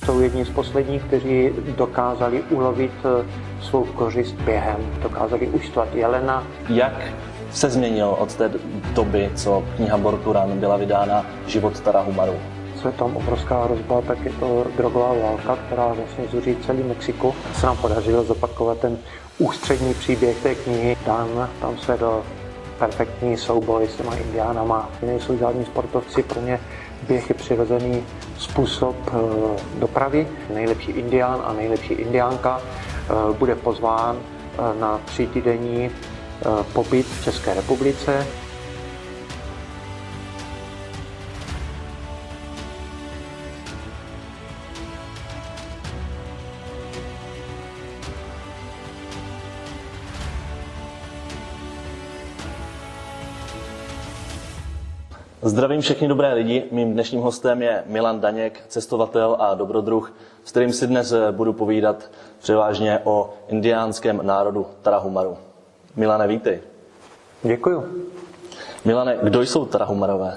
jsou jedni z posledních, kteří dokázali ulovit svou kořist během, dokázali uštvat jelena. Jak se změnil od té doby, co kniha Born to Run byla vydána, život Tarahumaru? Co je tam obrovská hrozba, tak je to drogová válka, která vlastně zuří celý Mexiko. Se nám podařilo zopakovat ten ústřední příběh té knihy. Tam se do perfektní souboj s těma indiánama. Nejsou žádní sportovci, pro ně běh je přirozený způsob dopravy. Nejlepší indián a nejlepší indiánka bude pozván na 3týdenní pobyt v České republice. Zdravím všechny dobré lidi. Mým dnešním hostem je Milan Daněk, cestovatel a dobrodruh, s kterým si dnes budu povídat převážně o indiánském národu Tarahumaru. Milane, vítej. Děkuju. Milane, kdo jsou Tarahumarové?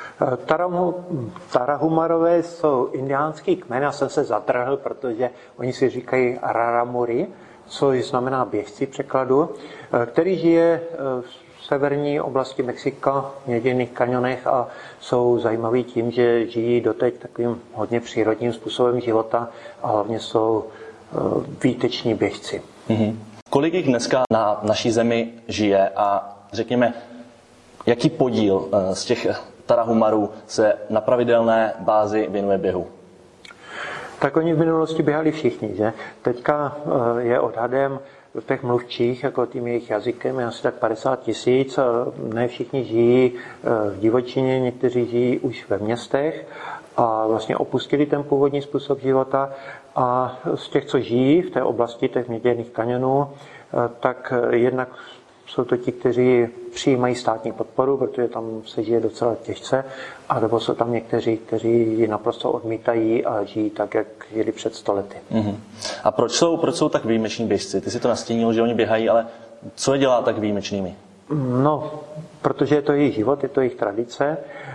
Tarahumarové jsou indiánský kmen. Já jsem se zatrhl, protože oni si říkají Raramuri, což znamená běžci v překladu, který žije v severní oblasti Mexika, v Měděných kaňonech a jsou zajímaví tím, že žijí doteď takovým hodně přírodním způsobem života a hlavně jsou výteční běžci. Mm-hmm. Kolik jich dneska na naší zemi žije a řekněme, jaký podíl z těch Tarahumarů se na pravidelné bázi věnuje běhu? Tak oni v minulosti běhali všichni, že? Teďka je odhadem těch mluvčích, jako tím jejich jazykem, je asi tak 50 000. Ne všichni žijí v divočině, někteří žijí už ve městech a vlastně opustili ten původní způsob života. A z těch, co žijí v té oblasti těch Měděných kaňonů, tak jednak jsou to ti, kteří přijímají státní podporu, protože tam se žije docela těžce, anebo jsou tam někteří, kteří ji naprosto odmítají a žijí tak, jak žili před 100 lety. Mm-hmm. A proč jsou tak výjimeční běžci? Ty si to nastínil, že oni běhají, ale co je dělá tak výjimečnými? No, protože je to jejich život, je to jejich tradice.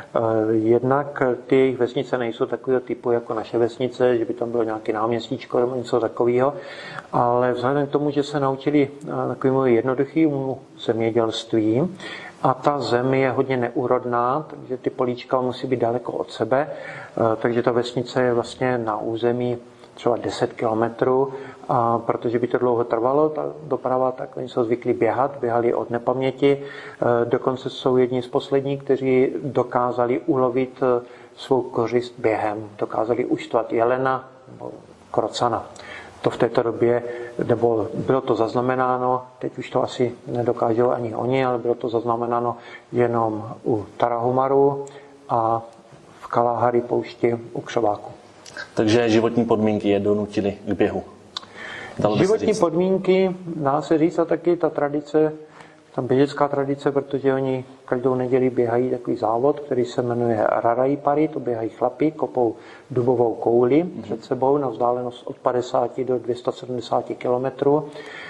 Jednak ty jejich vesnice nejsou takového typu jako naše vesnice, že by tam bylo nějaké náměstíčko nebo něco takového, ale vzhledem k tomu, že se naučili takovému jednoduchému zemědělství a ta zem je hodně neúrodná, takže ty políčka musí být daleko od sebe, takže ta vesnice je vlastně na území třeba 10 kilometrů, a protože by to dlouho trvalo, ta doprava, tak oni jsou zvyklí běhali od nepaměti. Dokonce jsou jedni z posledních, kteří dokázali ulovit svou kořist během, dokázali uštvat jelena nebo krocana. To v této době, nebo bylo to zaznamenáno, teď už to asi nedokážou ani oni, ale bylo to zaznamenáno jenom u Tarahumaru a v Kalahari poušti u křováku. Takže životní podmínky je donutily k běhu. Životní podmínky, dá se říct, a taky ta tradice, ta běžecká tradice, protože oni každou neděli běhají takový závod, který se jmenuje Raraipari, to běhají chlapi, kopou dubovou kouli před sebou na vzdálenost od 50 do 270 kilometrů.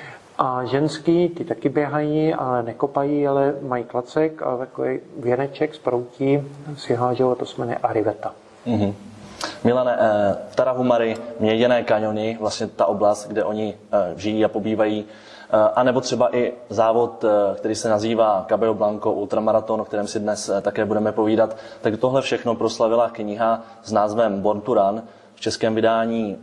A ženský, ty taky běhají, ale nekopají, ale mají klacek a takový věneček z proutí si hážou a to se jmenuje Ariveta. Mm-hmm. Milane, Tarahumary, Měděné kaňony, vlastně ta oblast, kde oni žijí a pobývají, anebo třeba i závod, který se nazývá Cabello Blanco Ultramaraton, o kterém si dnes také budeme povídat, tak tohle všechno proslavila kniha s názvem Born to Run, v českém vydání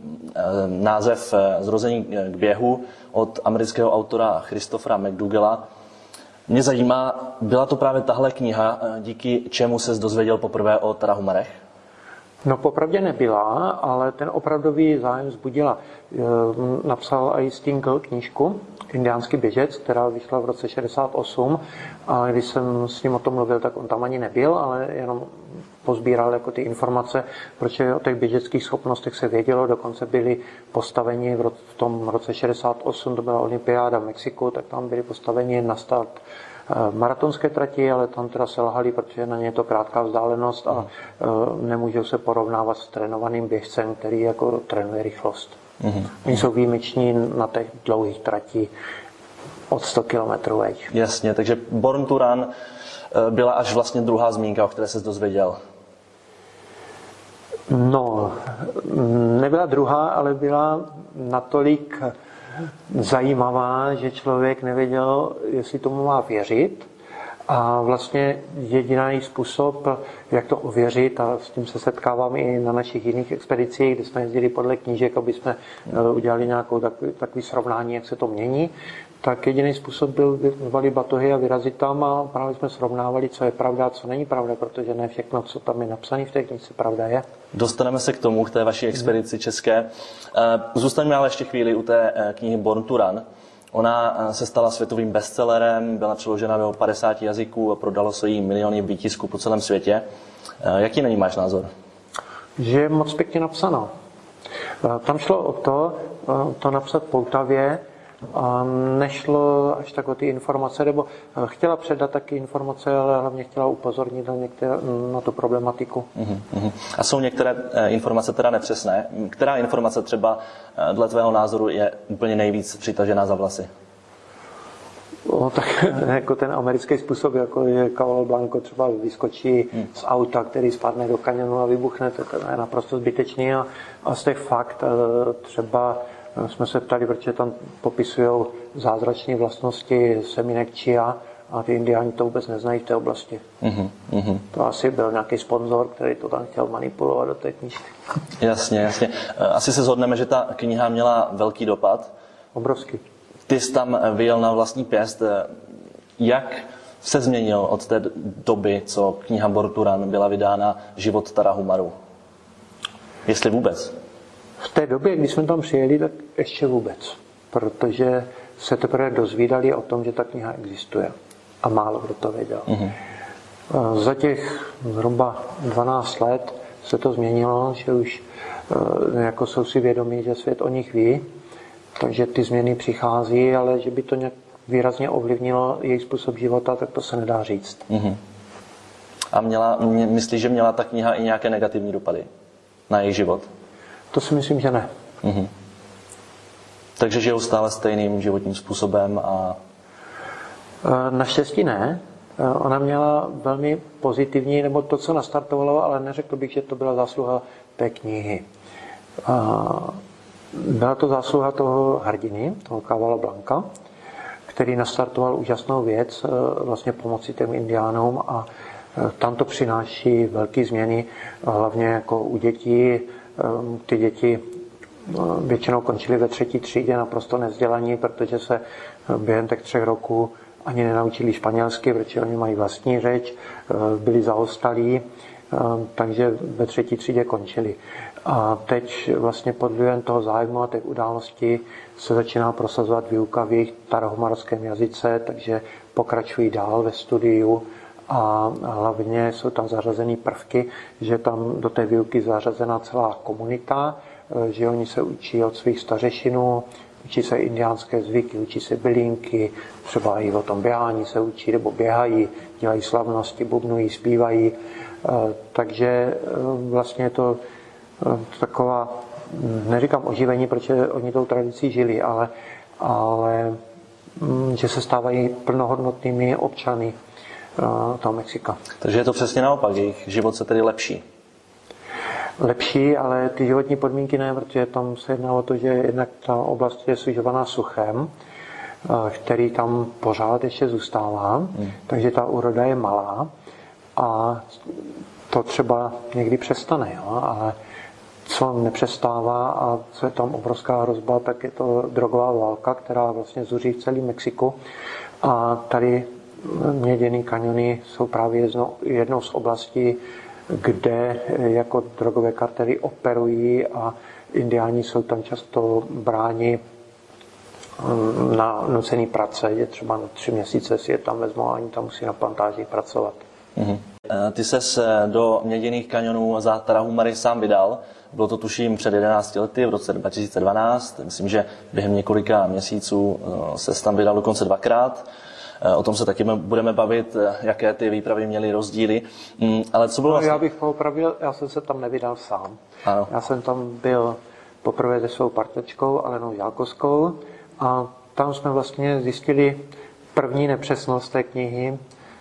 název Zrození k běhu od amerického autora Christophera McDougalla. Mě zajímá, byla to právě tahle kniha, díky čemu ses dozvěděl poprvé o Tarahumarech? No popravdě nebyla, ale ten opravdový zájem vzbudila. Napsal i Stingl knížku Indiánský běžec, která vyšla v roce 68, a když jsem s ním o tom mluvil, tak on tam ani nebyl, ale jenom pozbíral jako ty informace, protože o těch běžeckých schopnostech se vědělo, dokonce byli postaveni v tom roce 68, to byla olympiáda v Mexiku, tak tam byli postaveni na start maratonské trati, ale tam teda selhali, protože na ně je to krátká vzdálenost a nemůžou se porovnávat s trénovaným běžcem, který jako trénuje rychlost. Mm-hmm. Oni jsou výjimeční na těch dlouhých tratí od 100 km več. Jasně, takže Born to Run byla až vlastně druhá zmínka, o které ses dozvěděl. No, nebyla druhá, ale byla natolik zajímavá, že člověk nevěděl, jestli tomu má věřit. A vlastně jediný způsob, jak to ověřit, a s tím se setkávám i na našich jiných expedicích, kde jsme jezdili podle knížek, aby jsme udělali nějakou takový srovnání, jak se to mění, tak jediný způsob byl vyvalit batohy a vyrazit tam a právě jsme srovnávali, co je pravda a co není pravda, protože ne všechno, co tam je napsané v té knize, pravda je. Dostaneme se k té vaší expedici české. Zůstaňme ale ještě chvíli u té knihy Born to Run. Ona se stala světovým bestsellerem, byla přeložena do 50 jazyků a prodalo se jí miliony výtisků po celém světě. Jaký na ní máš názor? Že je moc pěkně napsaná. Tam šlo o to napsat poutavě, a nešlo až tak o ty informace, nebo chtěla předat taky informace, ale hlavně chtěla upozornit na tu problematiku. A jsou některé informace teda nepřesné? Která informace třeba dle tvého názoru je úplně nejvíc přitažená za vlasy? Tak jako ten americký způsob, jako je Caballo Blanco třeba vyskočí z auta, který spadne do kanionu a vybuchne, to je naprosto zbytečný. A z těch fakt třeba jsme se ptali, protože tam popisují zázračné vlastnosti semínek chia a ty indiáni to vůbec neznají v té oblasti. To asi byl nějaký sponzor, který to tam chtěl manipulovat do té knížky. Jasně. Asi se shodneme, že ta kniha měla velký dopad. Obrovský. Ty jsi tam vyjel na vlastní pěst. Jak se změnil od té doby, co kniha Born to Run byla vydána, život Tarahumaru? Jestli vůbec? V té době, když jsme tam přijeli, tak ještě vůbec. Protože se teprve dozvídali o tom, že ta kniha existuje. A málo kdo to věděl. Za těch zhruba 12 let se to změnilo, že už jako jsou si vědomí, že svět o nich ví. Takže ty změny přichází, ale že by to nějak výrazně ovlivnilo jejich způsob života, tak to se nedá říct. A myslíš, že měla ta kniha i nějaké negativní dopady na jejich život? To si myslím, že ne. Takže žijou stále stejným životním způsobem a... Naštěstí ne. Ona měla velmi pozitivní, nebo to, co nastartovalo, ale neřekl bych, že to byla zásluha té knihy. Byla to zásluha toho hrdiny, toho Caballo Blanca, který nastartoval úžasnou věc, vlastně pomoci těm indiánům a tam to přináší velké změny, hlavně jako u dětí. Ty děti většinou končily ve 3. třídě naprosto nevzdělaní, protože se během těch 3 roků ani nenaučili španělsky, protože oni mají vlastní řeč, byli zaostalí, takže ve 3. třídě končili. A teď vlastně pod vlivem toho zájmu a těch událostí se začíná prosazovat výuka v jejich tarahumarském jazyce, takže pokračují dál ve studiu a hlavně jsou tam zařazené prvky, že tam do té výuky zařazená celá komunita, že oni se učí od svých stařešinů, učí se indiánské zvyky, učí se bylinky, třeba i o tom běhání se učí, nebo běhají, dělají slavnosti, bubnují, zpívají. Takže vlastně je to taková, neříkám oživení, protože oni tou tradicí žili, ale že se stávají plnohodnotnými občany toho Mexika. Takže je to přesně naopak, jejich život se tedy lepší. Lepší, ale ty životní podmínky ne, protože tam se jedná o to, že jednak ta oblast je sužovaná suchem, který tam pořád ještě zůstává, takže ta úroda je malá a to třeba někdy přestane, jo? Ale co nepřestává a co je tam obrovská hrozba, tak je to drogová válka, která vlastně zuří v celém Mexiku a tady Měděný kaniony jsou právě jednou z oblastí, kde jako drogové kartely operují a indiáni jsou tam často bráni na nucený práce, že třeba na 3 měsíce si je tam vezmou a oni tam musí na plantáži pracovat. Ty ses do Měděných kanionů za Tarahumary sám vydal. Bylo to tuším před 11 lety, v roce 2012. Myslím, že během několika měsíců ses tam vydal dokonce 2krát. O tom se taky budeme bavit, jaké ty výpravy měly rozdíly. Ale co bylo vlastně... Já bych poopravil, já jsem se tam nevydal sám. Ano. Já jsem tam byl poprvé se svou partnerčkou Alenou Žákovskou a tam jsme vlastně zjistili první nepřesnost té knihy,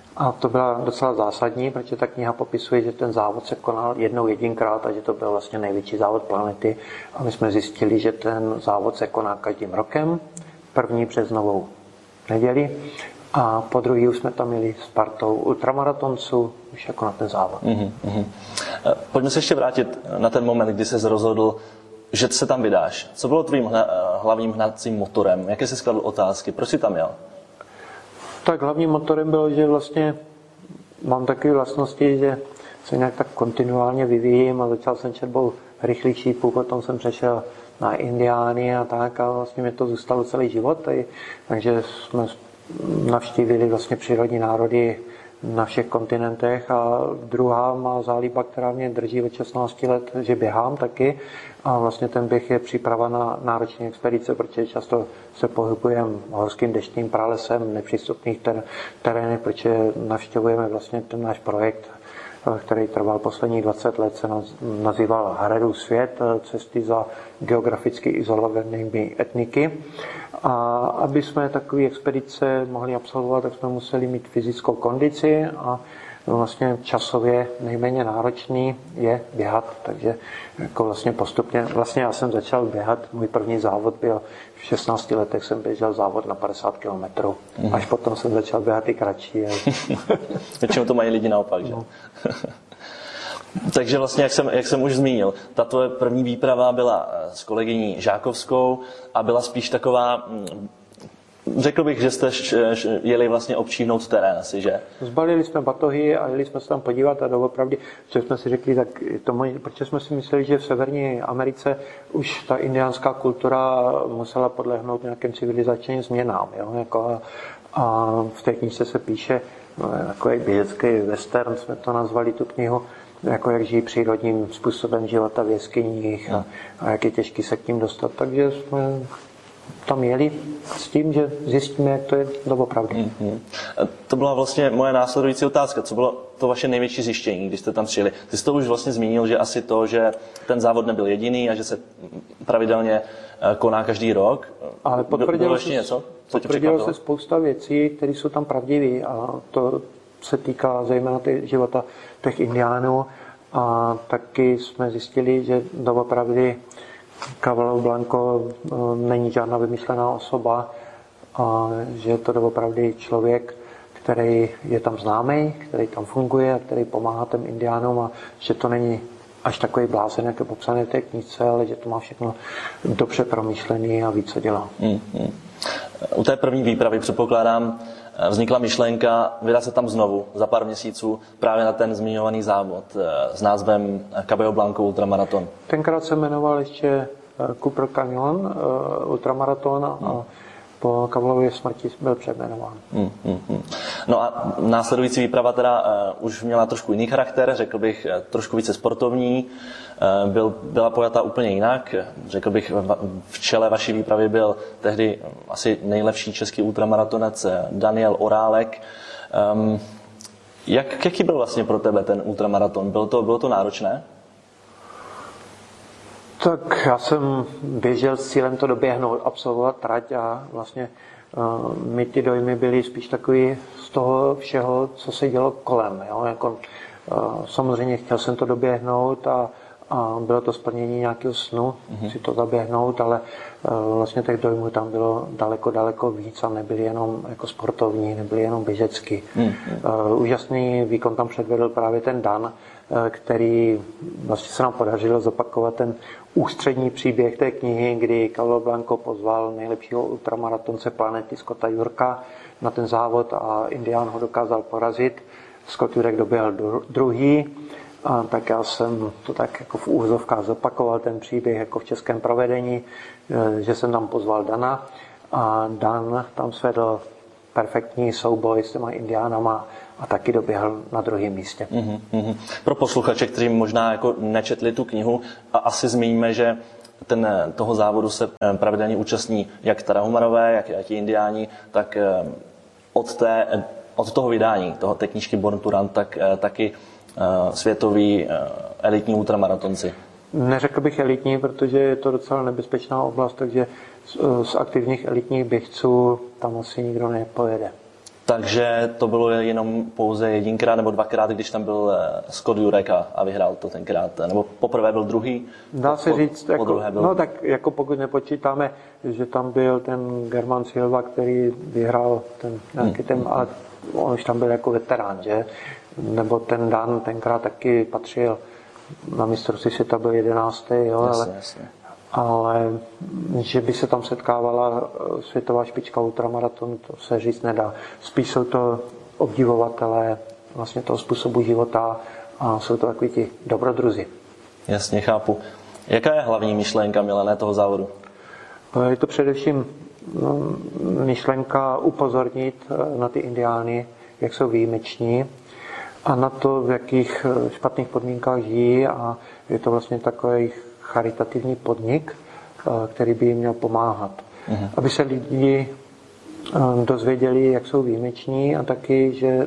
A to byla docela zásadní, protože ta kniha popisuje, že ten závod se konal jedinkrát a že to byl vlastně největší závod planety. A my jsme zjistili, že ten závod se koná každým rokem, první březnovou neděli. A po druhý už jsme tam měli s partou ultramaratonců, už jako na ten závod. Pojďme se ještě vrátit na ten moment, kdy jsi rozhodl, že se tam vydáš. Co bylo tvým hlavním hnacím motorem? Jaké jsi skladl otázky? Proč jsi tam jel? Tak hlavním motorem bylo, že vlastně mám takové vlastnosti, že se nějak tak kontinuálně vyvíjím a začal jsem četbou rychlejší, potom jsem přešel na indiány a tak a vlastně mě to zůstalo celý život. Takže jsme navštívili vlastně přírodní národy na všech kontinentech a druhá má zálíba, která mě drží od 16 let, že běhám taky a vlastně ten běh je příprava na náročné expedice, protože často se pohybujeme horským deštným pralesem, nepřístupných terénech, protože navštěvujeme vlastně ten náš projekt, který trval posledních 20 let, se nazýval Harerův svět, cesty za geograficky izolovanými etniky. A aby jsme takové expedice mohli absolvovat, tak jsme museli mít fyzickou kondici a vlastně časově nejméně náročný je běhat, takže jako vlastně postupně, vlastně já jsem začal běhat, můj první závod byl v 16 letech, jsem běžel závod na 50 km, až potom jsem začal běhat i kratší. Většinou to mají lidi naopak, že? No. Takže vlastně, jak jsem už zmínil, ta tvoje první výprava byla s kolegyní Žákovskou a byla spíš taková, řekl bych, že jste jeli vlastně občívnout terén asi, že? Zbalili jsme batohy a jeli jsme se tam podívat a doopravdy, že jsme si řekli, tak protože jsme si mysleli, že v Severní Americe už ta indiánská kultura musela podlehnout nějakým civilizačním změnám. Jo? Jako a v té knižce se píše, takový běžecký western jsme to nazvali, tu knihu, jako jak žijí přírodním způsobem života v jeskyních a jak je těžký se k tím dostat. Takže jsme tam jeli s tím, že zjistíme, jak to je doopravdy. To byla vlastně moje následující otázka. Co bylo to vaše největší zjištění, když jste tam přijeli? Ty jsi to už vlastně zmínil, že asi to, že ten závod nebyl jediný a že se pravidelně koná každý rok. Ale potvrdilo ještě něco? Potvrdilo se spousta věcí, které jsou tam pravdivé a to se týká zejména života těch indiánů a taky jsme zjistili, že doopravdy Cabello Blanco není žádná vymyšlená osoba a že je to doopravdy člověk, který je tam známý, který tam funguje a který pomáhá těm indiánům a že to není až takový blázen, jak je popsané v té knížce, ale že to má všechno dobře promyšlený a ví, co dělá. U té první výpravy, předpokládám, vznikla myšlenka vydat se tam znovu za pár měsíců právě na ten zmiňovaný závod s názvem Cabello Blanco Ultramaraton. Tenkrát se jmenoval ještě Cooper Canyon Ultramaraton a po Cabellově smrti byl přejmenován. No a následující výprava teda už měla trošku jiný charakter, řekl bych trošku více sportovní, byla pojata úplně jinak. Řekl bych, v čele vaší výpravy byl tehdy asi nejlepší český ultramaratonec Daniel Orálek. Jaký byl vlastně pro tebe ten ultramaraton? Bylo to náročné? Tak já jsem běžel s cílem to doběhnout, absolvovat trať a vlastně my ty dojmy byly spíš takový z toho všeho, co se dělo kolem. Jo? Jako, samozřejmě chtěl jsem to doběhnout a bylo to splnění nějakého snu, si to zaběhnout, ale vlastně těch dojmů tam bylo daleko víc a nebyly jenom jako sportovní, nebyly jenom běžecký. Úžasný výkon tam předvedl právě ten Dan, který vlastně se nám podařilo zopakovat ten ústřední příběh té knihy, kdy Cabello Blanco pozval nejlepšího ultramaratonce planety Scotta Jurka na ten závod a Indián ho dokázal porazit. Scott Jurek doběhl druhý, a tak já jsem to tak jako v úvozovkách zopakoval ten příběh jako v českém provedení, že jsem tam pozval Dana a Dan tam svedl perfektní souboj s těma Indiánama a taky doběhl na druhém místě. Pro posluchače, kteří možná jako nečetli tu knihu, a asi zmíníme, že toho závodu se pravidelně účastní jak Tarahumarové, jak i Indiáni, tak od toho vydání, té knížky Born to Run, tak taky světoví elitní ultramaratonci. Neřekl bych elitní, protože je to docela nebezpečná oblast, takže z aktivních elitních běžců tam asi nikdo nepojede. Takže to bylo jenom pouze jedinkrát nebo dvakrát, když tam byl Scott Jurek a vyhrál to tenkrát. Nebo poprvé byl druhý? Dá se říct, po druhé byl... no tak jako pokud nepočítáme, že tam byl ten German Silva, který vyhrál ten nějaký ten, ale on už tam byl jako veterán, že? Nebo ten Dan tenkrát taky patřil na mistrovství světa, byl 11. Jo, jasně. Ale že by se tam setkávala světová špička ultramaratonu, to se říct nedá. Spíš jsou to obdivovatelé vlastně toho způsobu života a jsou to takový ti dobrodruzi. Jasně, chápu. Jaká je hlavní myšlenka, Milane, toho závodu? Je to především myšlenka upozornit na ty indiány, jak jsou výjimeční a na to, v jakých špatných podmínkách žijí, a je to vlastně takový charitativní podnik, který by jim měl pomáhat. Aby se lidi dozvěděli, jak jsou výjimeční, a taky, že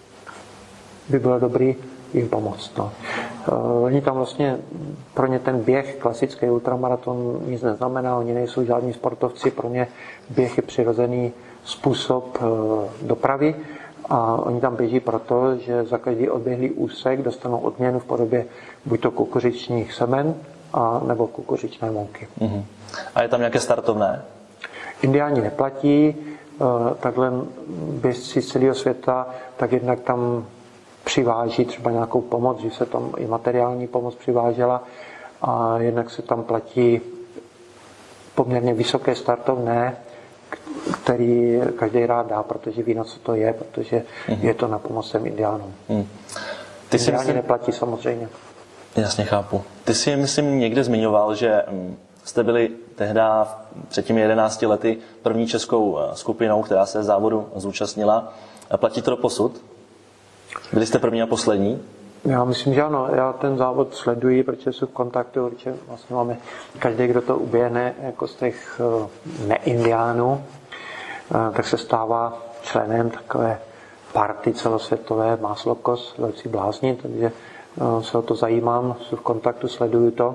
by bylo dobrý jim pomoct. No. Oni tam vlastně, pro ně ten běh, klasický ultramaraton, nic neznamená, oni nejsou žádní sportovci, pro ně běh je přirozený způsob dopravy a oni tam běží proto, že za každý odběhlý úsek dostanou odměnu v podobě buď to kukuřičních semen, a nebo kukuřičné mouky. A je tam nějaké startovné? Indiáni neplatí, takhle běžci z celého světa, tak jednak tam přiváží třeba nějakou pomoc, že se tam i materiální pomoc přivážela, a jednak se tam platí poměrně vysoké startovné, který každý rád dá, protože ví, na co to je, protože je to na pomoc těm indiánům. Indiáni neplatí samozřejmě. Jasně, chápu. Ty si, myslím, někde zmiňoval, že jste byli tehdy před těmi 11 lety první českou skupinou, která se závodu zúčastnila. Platí to doposud? Byli jste první a poslední? Já myslím, že ano. Já ten závod sleduji, protože jsou v kontaktu, protože vlastně máme každý, kdo to uběhne jako z těch neindiánů, tak se stává členem takové party celosvětové Máslokos, velcí blázni, takže se o to zajímám, jsem v kontaktu, sleduju to.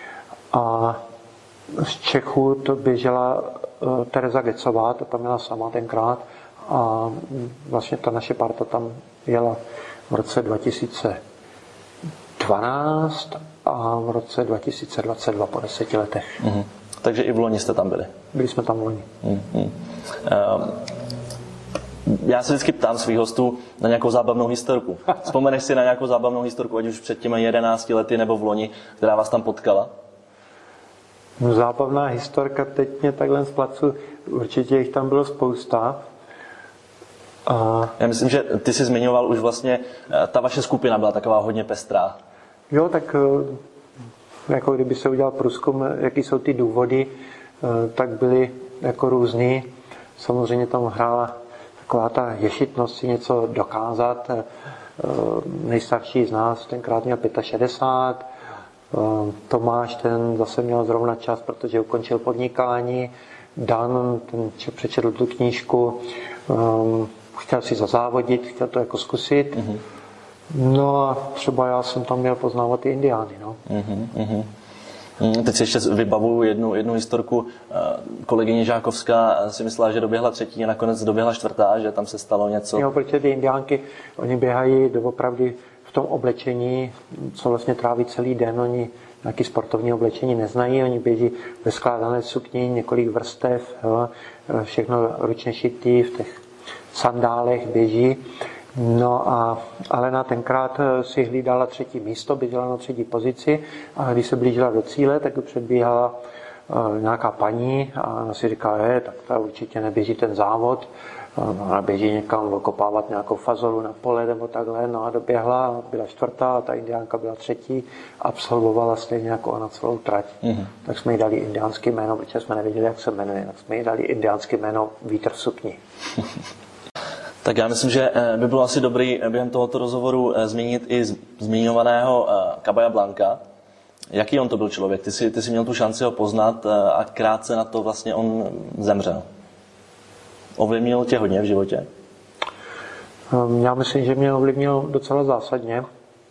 A z Čechů to běžela Tereza Gecová, to tam měla sama tenkrát, a vlastně ta naše parta tam jela v roce 2012 a v roce 2022 po 10 letech. Takže i v loni jste tam byli? Byli jsme tam v loni. Já se vždycky ptám svých hostů na nějakou zábavnou historku. Vzpomeneš si na nějakou zábavnou historku, ať už před těmi 11 lety nebo v loni, která vás tam potkala? No, zábavná historka teď mě takhle z placu, určitě jich tam bylo spousta. Já myslím, že ty jsi zmiňoval už vlastně, ta vaše skupina byla taková hodně pestrá. Jo, tak jako kdyby se udělal průzkum, jaký jsou ty důvody, tak byly jako různý. Samozřejmě tam hrála taková ta ješitnost si něco dokázat. Nejstarší z nás tenkrát měl 65. Tomáš, ten zase měl zrovna čas, protože ukončil podnikání. Dan, ten přečetl tu knížku, chtěl si zazávodit, chtěl to jako zkusit. No a třeba já jsem tam měl poznávat ty indiány. No. Teď si ještě vybavuju jednu historku. Kolegyně Žákovská si myslela, že doběhla třetí a nakonec doběhla čtvrtá, že tam se stalo něco. Jo, protože ty indiánky, oni běhají doopravdy v tom oblečení, co vlastně tráví celý den. Oni nějaké sportovní oblečení neznají, oni běží ve skládané sukni, několik vrstev, jo, všechno ručně šitý, v těch sandálech běží. No a Alena tenkrát si hlídala třetí místo, běžela na třetí pozici, a když se blížila do cíle, tak předbíhala nějaká paní a ona si říkala, tak ta určitě neběží ten závod, ona běží někam okopávat nějakou fazolu na pole nebo takhle, no a doběhla, byla čtvrtá a ta indiánka byla třetí, absolvovala stejně jako ona celou trať. Tak jsme jí dali indiánské jméno, protože jsme nevěděli, jak se jmenuje, tak jsme jí dali indiánské jméno Vítr v sukni. Tak já myslím, že by bylo asi dobrý během tohoto rozhovoru zmínit i zmiňovaného Cabaya Blanca. Jaký on to byl člověk? Ty jsi měl tu šanci ho poznat a krátce na to vlastně on zemřel. Ovlivnil tě hodně v životě? Já myslím, že mě ovlivnil docela zásadně.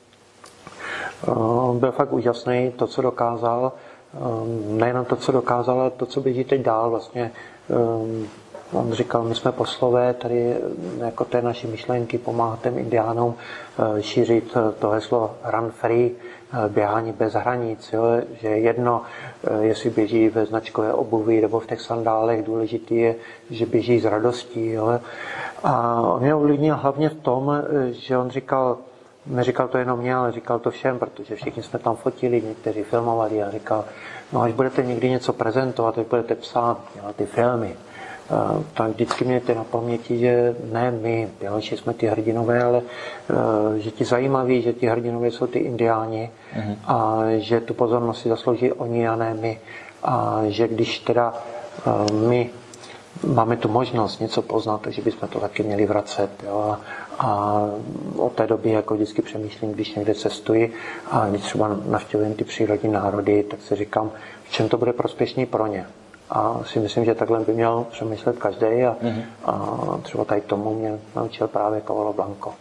On byl fakt úžasný, to, co dokázal. Nejenom to, co dokázal, ale to, co běží teď dál. Vlastně On říkal, my jsme poslové, tady jako té naše myšlenky pomáhat těm indiánům šířit to heslo Run Free, běhání bez hranic, jo? Že jedno, jestli běží ve značkové obuvi nebo v těch sandálech, důležitý je, že běží s radostí. Jo? A on mě ovlivnil hlavně v tom, že on říkal, neříkal to jenom mě, ale říkal to všem, protože všichni jsme tam fotili, někteří filmovali a říkal, no až budete někdy něco prezentovat, až budete psát ty filmy, tak vždycky mějte na paměti, že ne my, Běloši jsme ty hrdinové, ale že ti zajímaví, že ti hrdinové jsou ty indiáni a že tu pozornost si zaslouží oni a ne my. A že když teda my máme tu možnost něco poznat, takže bychom to taky měli vracet. Jo? A od té doby jako vždycky přemýšlím, když někde cestuji a když třeba navštěvujem ty přírodní národy, tak si říkám, v čem to bude prospěšný pro ně. A si myslím, že takhle by měl přemýšlet každý a třeba tady tomu mě naučil právě Cavallo Blanco.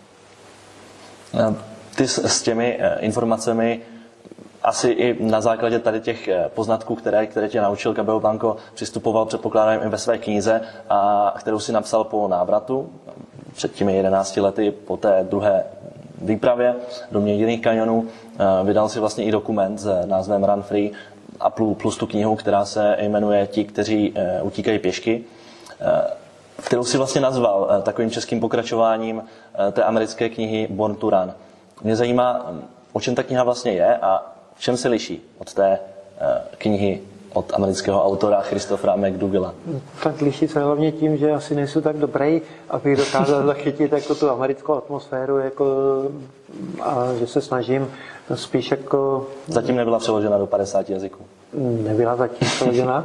Ty s těmi informacemi asi i na základě tady těch poznatků, které tě naučil Cavallo Blanco, přistupoval, předpokládám, i ve své knize, kterou si napsal po návratu před těmi 11 lety po té druhé výpravě do Měděných kaňonů. Vydal si vlastně i dokument s názvem Run Free a plus tu knihu, která se jmenuje Ti, kteří utíkají pěšky, kterou si vlastně nazval takovým českým pokračováním té americké knihy Born to Run. Mě zajímá, o čem ta kniha vlastně je a v čem se liší od té knihy od amerického autora Christophera McDougalla. Tak liší se hlavně tím, že asi nejsou tak dobrý, abych dokázal zachytit jako tu americkou atmosféru, jako, a že se snažím spíš jako... Zatím nebyla přeložena do 50 jazyků. Nebyla zatím přeložena.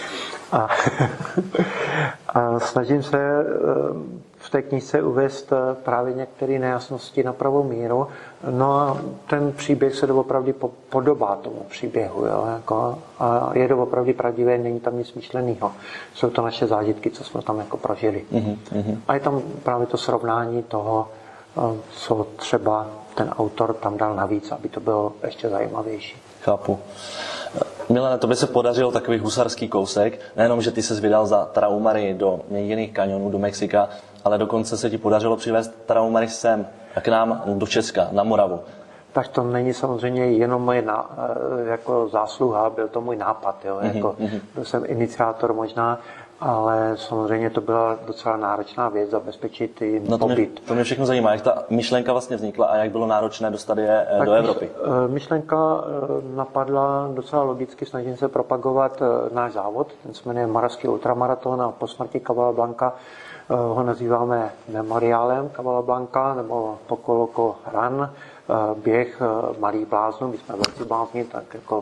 A snažím se v té knižce uvést právě některé nejasnosti na pravou míru. No a ten příběh se doopravdy podobá tomu příběhu. Jo? Jako, a je doopravdy pravdivé, není tam nic myšlenýho. Jsou to naše zážitky, co jsme tam jako prožili. A je tam právě to srovnání toho, co třeba ten autor tam dal navíc, aby to bylo ještě zajímavější. Chápu. Milane, tobě se podařil takový husarský kousek, nejenom, že ty se vydal za Tarahumary do Měděných kaňonů, do Mexika, ale dokonce se ti podařilo přivést Tarahumary sem, k nám do Česka, na Moravu. Tak to není samozřejmě jenom moje jako zásluha, byl to můj nápad. Jo? Jako, byl jsem iniciátor možná, ale samozřejmě to byla docela náročná věc, zabezpečit jim pobyt. To mě všechno zajímá, jak ta myšlenka vlastně vznikla a jak bylo náročné dostat je do Evropy. Myšlenka napadla docela logicky, snažím se propagovat náš závod, ten se jmenuje Moravský ultramaraton a po smrti Cavallo Blanca ho nazýváme memoriálem Cavallo Blanca nebo Pokoloko Run, běh malých bláznů, my jsme velcí blázni, tak jako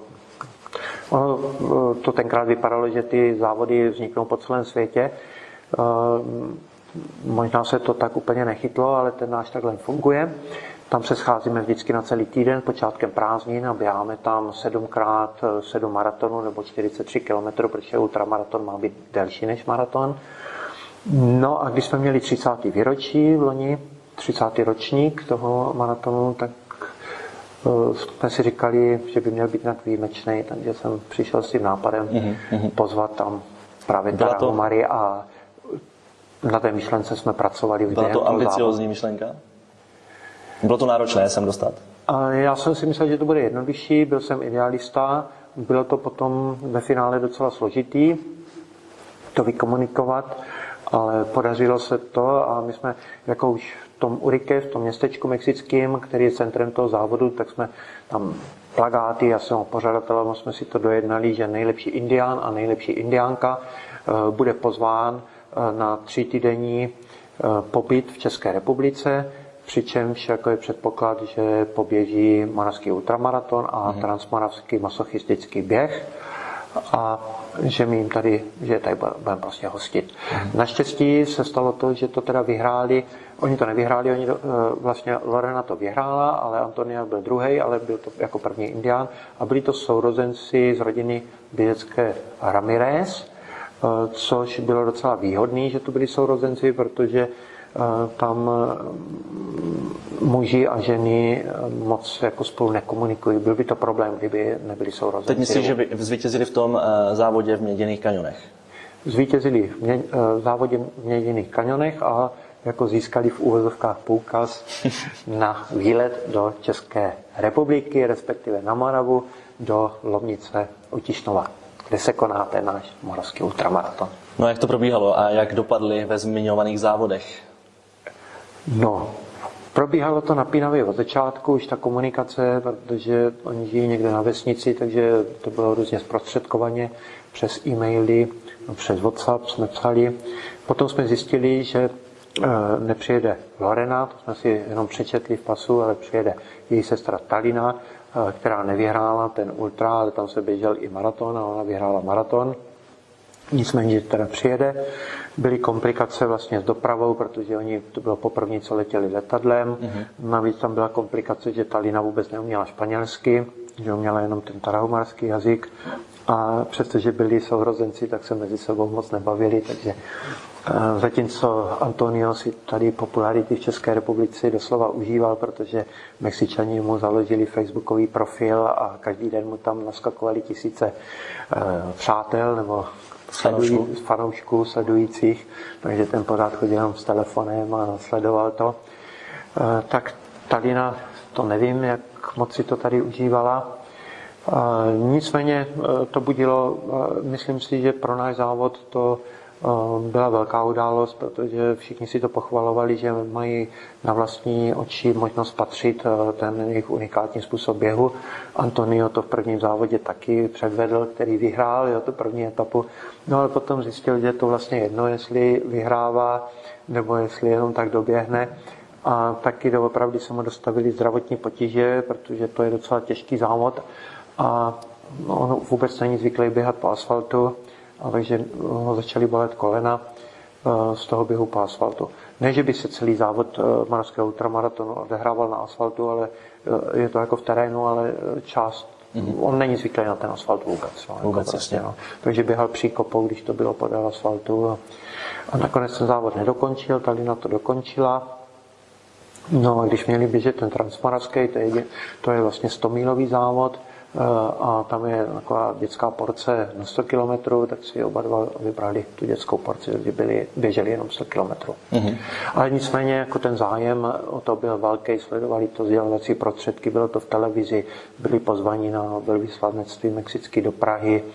to tenkrát vypadalo, že ty závody vzniknou po celém světě. Možná se to tak úplně nechytlo, ale ten náš takhle funguje. Tam se scházíme vždycky na celý týden, počátkem prázdnin a běháme tam 7x7 maratonů nebo 43 km, protože ultramaraton má být delší než maraton. No a když jsme měli 30. výročí v loni, 30. ročník toho maratonu, tak jsme si říkali, že by měl být nějak výjimečný, takže jsem přišel s tím nápadem pozvat tam právě Tarahumary a na té myšlence jsme pracovali. Byla to ambiciózní myšlenka? Bylo to náročné sem dostat? A já jsem si myslel, že to bude jednodušší, byl jsem idealista, bylo to potom ve finále docela složitý to vykomunikovat, ale podařilo se to a my jsme jako už v tom Urique, v tom městečku mexickém, který je centrem toho závodu, tak jsme tam plakáty, já jsem pořadatelem, jsme si to dojednali, že nejlepší indián a nejlepší indiánka bude pozván na 3týdenní pobyt v České republice, přičemž jako je předpoklad, že poběží Moravský ultramaraton a transmoravský masochistický běh a že my jim tady, že tady budeme prostě hostit. Naštěstí se stalo to, že to teda vyhráli, oni to nevyhráli, vlastně Lorena to vyhrála, ale Antonia byl druhý, ale byl to jako první indián a byli to sourozenci z rodiny běžecké Ramirez, což bylo docela výhodný, že to byli sourozenci, protože tam muži a ženy moc jako spolu nekomunikují. Byl by to problém, kdyby nebyli sourozenci. Teď myslíš, že by zvítězili v tom závodě v Měděných kaňonech? zvítězili v závodě v Měděných kanionech a jako získali v úvozovkách poukaz na výlet do České republiky, respektive na Moravu, do Lomnice u Tišnova, kde se koná ten náš moravský ultramaraton. No a jak to probíhalo a jak dopadly ve zmiňovaných závodech? No, probíhalo to napínavě od začátku, už ta komunikace, protože oni žijí někde na vesnici, takže to bylo různě zprostředkovaně přes e-maily, přes WhatsApp jsme psali. Potom jsme zjistili, že nepřijede Lorena, to jsme si jenom přečetli v pasu, ale přijede její sestra Talina, která nevyhrála ten ultra, ale tam se běžel i maraton a ona vyhrála maraton. Nicméně, že teda přijede. Byly komplikace vlastně s dopravou, protože oni, to bylo poprvé, co letěli letadlem. Navíc tam byla komplikace, že Talina vůbec neuměla španělsky, že uměla jenom ten tarahumarský jazyk. A přestože byli sourozenci, tak se mezi sebou moc nebavili, takže zatímco Antonio si tady popularity v České republice doslova užíval, protože Mexičani mu založili facebookový profil a každý den mu tam naskakovali tisíce přátel nebo fanoušků sledujících, takže ten pořád chodil jenom s telefonem a sledoval to. Tak Talina, to nevím, jak moc si to tady užívala. Nicméně to budilo, myslím si, že pro náš závod to byla velká událost, protože všichni si to pochvalovali, že mají na vlastní oči možnost patřit ten jejich unikátní způsob běhu. Antonio to v prvním závodě taky předvedl, který vyhrál tu první etapu, no ale potom zjistil, že je to vlastně jedno, jestli vyhrává nebo jestli jenom tak doběhne. A taky doopravdy se mu dostavili zdravotní potíže, protože to je docela těžký závod a on vůbec není zvyklý běhat po asfaltu, a takže ho začaly bolet kolena z toho běhu po asfaltu. Ne, že by se celý závod moravského ultramaratonu odehrával na asfaltu, ale je to jako v terénu, ale část, on není zvyklý na ten asfalt vůbec. Vůbec prostě, no. Takže běhal příkopou, když to bylo podél asfaltu a nakonec ten závod nedokončil, Talina to dokončila. No a když měli běžet ten transmoravský, to je vlastně 100-mílový závod, a tam je taková dětská porce na 100 km, tak si oba dva vybrali tu dětskou porci, protože běželi jenom 100 km. Ale nicméně jako ten zájem o to byl velký, sledovali to sdělovací prostředky, bylo to v televizi, byli pozvaní na velvyslanectví mexické do Prahy.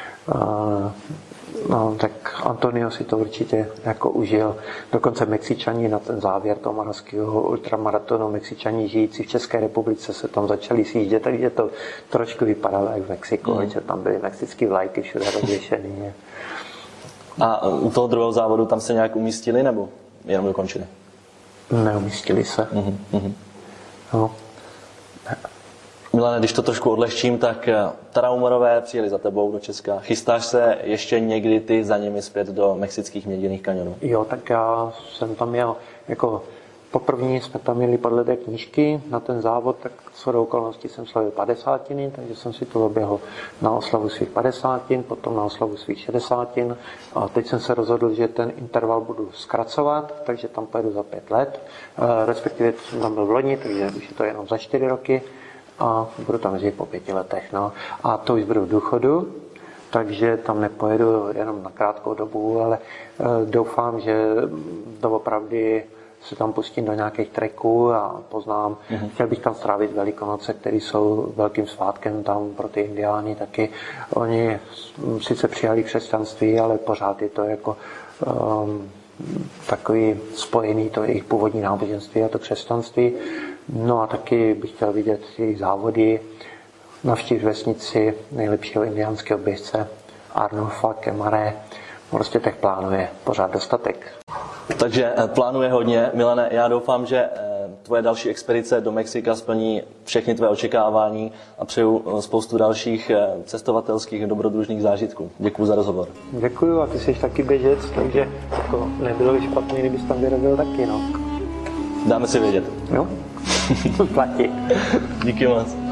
No, tak Antonio si to určitě jako užil. Dokonce Mexičani na ten závěr toho moravského ultramaratonu, Mexičani žijící v České republice se tam začali sjíždět, takže to trošku vypadalo jak v Mexiku, že tam byly mexické vlajky všude rozvěšený. A u toho druhého závodu tam se nějak umístili nebo jenom dokončili? Neumístili se. No. Milane, když to trošku odlehčím, tak Tarahumarové přijeli za tebou do Česka. Chystáš se ještě někdy ty za nimi zpět do mexických Měděných kanionů? Jo, tak já jsem tam jel, jako poprvé jsme tam měli podle té knížky na ten závod, tak shodou okolností jsem slavil 50, takže jsem si to oběhl na oslavu svých 50, potom na oslavu svých 60 a teď jsem se rozhodl, že ten interval budu zkracovat, takže tam pojedu za 5 let, respektive jsem tam byl v loni, takže už je to jenom za 4 roky. A budu tam jezdit po 5 letech. No. A to už budu v důchodu, takže tam nepojedu jenom na krátkou dobu, ale doufám, že doopravdy se tam pustím do nějakých treků a poznám. Chtěl bych tam strávit Velikonoce, které jsou velkým svátkem tam pro ty indiány taky. Oni sice přijali křesťanství, ale pořád je to jako takový spojený to jejich původní náboženství a to křesťanství. No a taky bych chtěl vidět jejich závody, navštívit vesnici nejlepšího indiánského běžce Arnulfa Kemare. Prostě těch plánů je pořád dostatek. Takže plánuje hodně. Milane, já doufám, že tvoje další expedice do Mexika splní všechny tvoje očekávání a přeju spoustu dalších cestovatelských dobrodružných zážitků. Děkuji za rozhovor. Děkuji a ty jsi taky běžec, takže jako nebylo by špatný, kdybys tam vyrobil taky, no. Dáme si vědět. Jo? Platí. Díky moc.